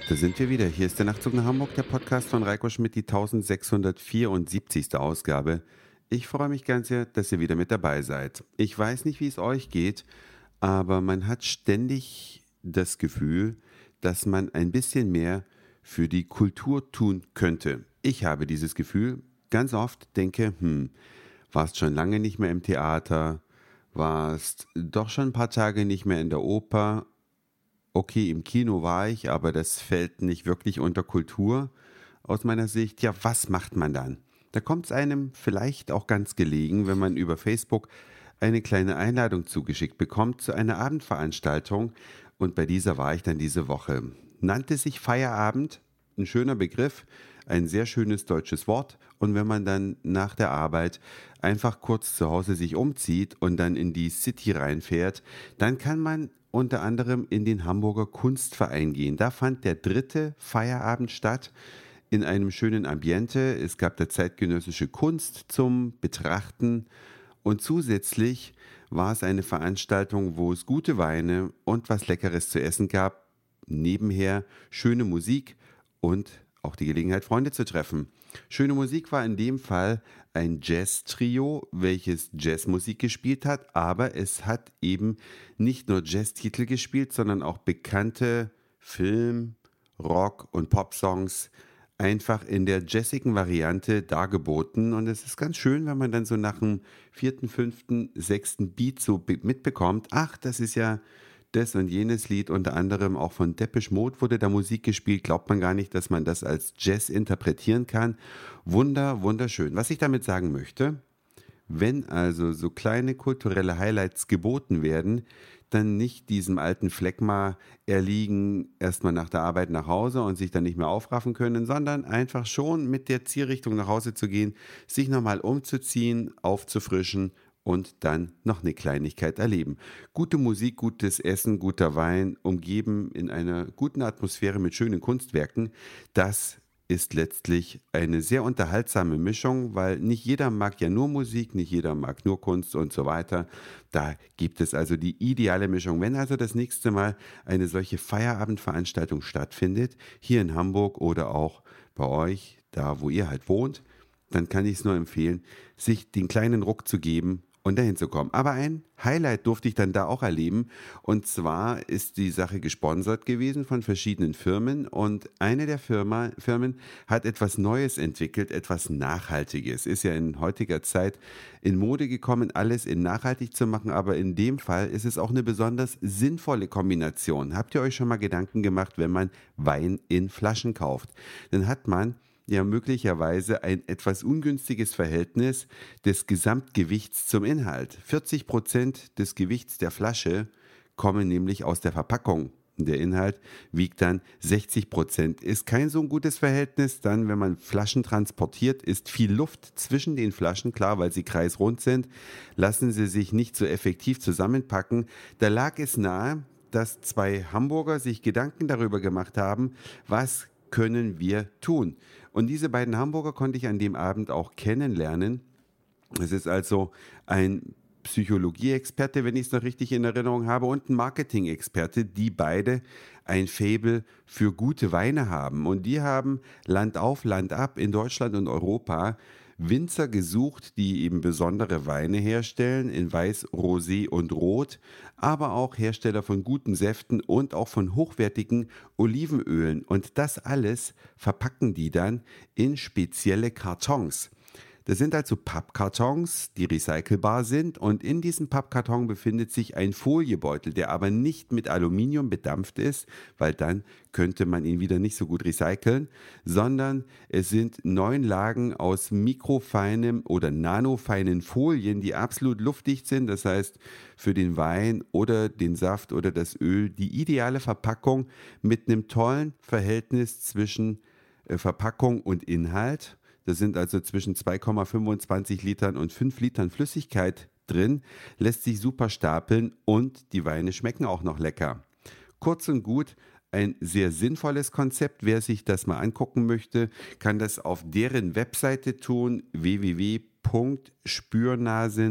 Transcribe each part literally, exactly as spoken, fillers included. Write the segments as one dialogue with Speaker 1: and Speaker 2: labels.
Speaker 1: Da sind wir wieder. Hier ist der Nachtzug nach Hamburg, der Podcast von Reiko Schmidt, die eintausendsechshundertvierundsiebzigste Ausgabe. Ich freue mich ganz sehr, dass ihr wieder mit dabei seid. Ich weiß nicht, wie es euch geht, aber man hat ständig das Gefühl, dass man ein bisschen mehr für die Kultur tun könnte. Ich habe dieses Gefühl, ganz oft denke, hm, warst schon lange nicht mehr im Theater, warst doch schon ein paar Tage nicht mehr in der Oper. Okay, im Kino war ich, aber das fällt nicht wirklich unter Kultur aus meiner Sicht. Ja, was macht man dann? Da kommt es einem vielleicht auch ganz gelegen, wenn man über Facebook eine kleine Einladung zugeschickt bekommt zu einer Abendveranstaltung. Und bei dieser war ich dann diese Woche. Nannte sich Feierabend, ein schöner Begriff, ein sehr schönes deutsches Wort. Und wenn man dann nach der Arbeit einfach kurz zu Hause sich umzieht und dann in die City reinfährt, dann kann man unter anderem in den Hamburger Kunstverein gehen. Da fand der dritte Feierabend statt in einem schönen Ambiente. Es gab da zeitgenössische Kunst zum Betrachten und zusätzlich war es eine Veranstaltung, wo es gute Weine und was Leckeres zu essen gab. Nebenher schöne Musik und auch die Gelegenheit, Freunde zu treffen. Schöne Musik war in dem Fall ein Jazz-Trio, welches Jazzmusik gespielt hat, aber es hat eben nicht nur Jazz-Titel gespielt, sondern auch bekannte Film-, Rock- und Pop-Songs einfach in der jazzigen Variante dargeboten. Und es ist ganz schön, wenn man dann so nach dem vierten, fünften, sechsten Beat so mitbekommt, ach, das ist ja das und jenes Lied, unter anderem auch von Depeche Mode wurde da Musik gespielt, glaubt man gar nicht, dass man das als Jazz interpretieren kann. Wunder, wunderschön. Was ich damit sagen möchte, wenn also so kleine kulturelle Highlights geboten werden, dann nicht diesem alten Phlegma erliegen, erstmal nach der Arbeit nach Hause und sich dann nicht mehr aufraffen können, sondern einfach schon mit der Zielrichtung nach Hause zu gehen, sich nochmal umzuziehen, aufzufrischen und dann noch eine Kleinigkeit erleben. Gute Musik, gutes Essen, guter Wein, umgeben in einer guten Atmosphäre mit schönen Kunstwerken, das ist letztlich eine sehr unterhaltsame Mischung, weil nicht jeder mag ja nur Musik, nicht jeder mag nur Kunst und so weiter. Da gibt es also die ideale Mischung. Wenn also das nächste Mal eine solche Feierabendveranstaltung stattfindet, hier in Hamburg oder auch bei euch, da wo ihr halt wohnt, dann kann ich es nur empfehlen, sich den kleinen Ruck zu geben und dahin zu kommen. Aber ein Highlight durfte ich dann da auch erleben. Und zwar ist die Sache gesponsert gewesen von verschiedenen Firmen. Und eine der Firma, Firmen hat etwas Neues entwickelt, etwas Nachhaltiges. Ist ja in heutiger Zeit in Mode gekommen, alles in nachhaltig zu machen. Aber in dem Fall ist es auch eine besonders sinnvolle Kombination. Habt ihr euch schon mal Gedanken gemacht, wenn man Wein in Flaschen kauft? Dann hat man ja möglicherweise ein etwas ungünstiges Verhältnis des Gesamtgewichts zum Inhalt. vierzig Prozent des Gewichts der Flasche kommen nämlich aus der Verpackung. Der Inhalt wiegt dann sechzig Prozent. Ist kein so ein gutes Verhältnis. Dann, wenn man Flaschen transportiert, ist viel Luft zwischen den Flaschen, klar, weil sie kreisrund sind, lassen sie sich nicht so effektiv zusammenpacken. Da lag es nahe, dass zwei Hamburger sich Gedanken darüber gemacht haben, was können wir tun. Und diese beiden Hamburger konnte ich an dem Abend auch kennenlernen. Es ist also ein Psychologie-Experte, wenn ich es noch richtig in Erinnerung habe, und ein Marketing-Experte, die beide ein Faible für gute Weine haben. Und die haben Land auf, Land ab in Deutschland und Europa Winzer gesucht, die eben besondere Weine herstellen, in Weiß, Rosé und Rot, aber auch Hersteller von guten Säften und auch von hochwertigen Olivenölen. Und das alles verpacken die dann in spezielle Kartons. Das sind also Pappkartons, die recycelbar sind, und in diesem Pappkarton befindet sich ein Foliebeutel, der aber nicht mit Aluminium bedampft ist, weil dann könnte man ihn wieder nicht so gut recyceln, sondern es sind neun Lagen aus mikrofeinem oder nanofeinen Folien, die absolut luftdicht sind. Das heißt, für den Wein oder den Saft oder das Öl die ideale Verpackung mit einem tollen Verhältnis zwischen äh, Verpackung und Inhalt. Das sind also zwischen zwei Komma fünfundzwanzig Litern und fünf Litern Flüssigkeit drin, lässt sich super stapeln und die Weine schmecken auch noch lecker. Kurz und gut, ein sehr sinnvolles Konzept. Wer sich das mal angucken möchte, kann das auf deren Webseite tun, w w w punkt spürnasen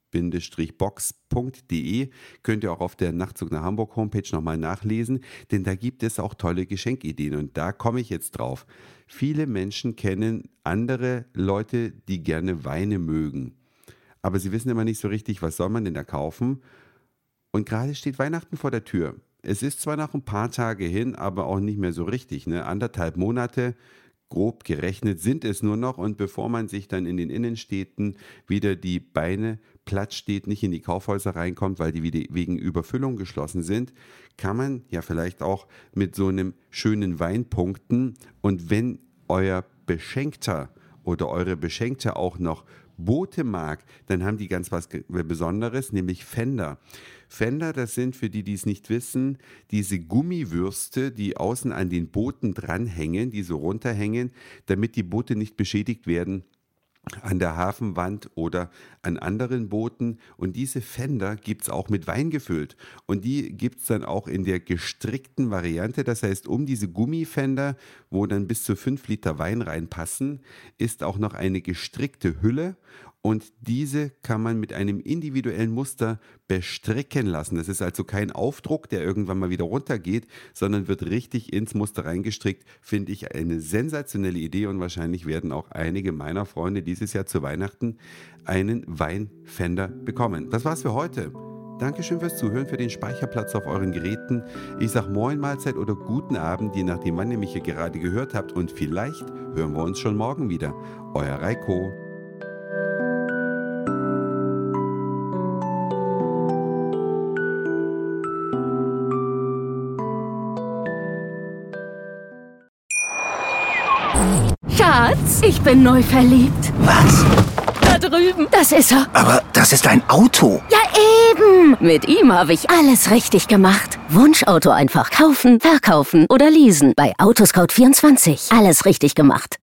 Speaker 1: box punkt de könnt ihr auch auf der Nachtzug nach Hamburg Homepage nochmal nachlesen, denn da gibt es auch tolle Geschenkideen und da komme ich jetzt drauf. Viele Menschen kennen andere Leute, die gerne Weine mögen, aber sie wissen immer nicht so richtig, was soll man denn da kaufen? Und gerade steht Weihnachten vor der Tür. Es ist zwar noch ein paar Tage hin, aber auch nicht mehr so richtig, ne? Anderthalb Monate, grob gerechnet, sind es nur noch. Und bevor man sich dann in den Innenstädten wieder die Beine platt steht, nicht in die Kaufhäuser reinkommt, weil die wieder wegen Überfüllung geschlossen sind, kann man ja vielleicht auch mit so einem schönen Wein punkten. Und wenn euer Beschenkter oder eure Beschenkte auch noch Boote mag, dann haben die ganz was Besonderes, nämlich Fender. Fender, das sind, für die, die es nicht wissen, diese Gummiwürste, die außen an den Booten dranhängen, die so runterhängen, damit die Boote nicht beschädigt werden an der Hafenwand oder an anderen Booten. Und diese Fender gibt es auch mit Wein gefüllt. Und die gibt es dann auch in der gestrickten Variante. Das heißt, um diese Gummifender, wo dann bis zu fünf Liter Wein reinpassen, ist auch noch eine gestrickte Hülle. Und diese kann man mit einem individuellen Muster bestricken lassen. Das ist also kein Aufdruck, der irgendwann mal wieder runtergeht, sondern wird richtig ins Muster reingestrickt. Finde ich eine sensationelle Idee und wahrscheinlich werden auch einige meiner Freunde dieses Jahr zu Weihnachten einen Weinfender bekommen. Das war's für heute. Dankeschön fürs Zuhören, für den Speicherplatz auf euren Geräten. Ich sage Moin, Mahlzeit oder guten Abend, je nachdem, wann ihr mich hier gerade gehört habt. Und vielleicht hören wir uns schon morgen wieder. Euer Reiko.
Speaker 2: Schatz, ich bin neu verliebt.
Speaker 3: Was?
Speaker 2: Da drüben. Das ist er.
Speaker 3: Aber das ist ein Auto.
Speaker 2: Ja, eben. Mit ihm habe ich alles richtig gemacht. Wunschauto einfach kaufen, verkaufen oder leasen. Bei Autoscout vierundzwanzig. Alles richtig gemacht.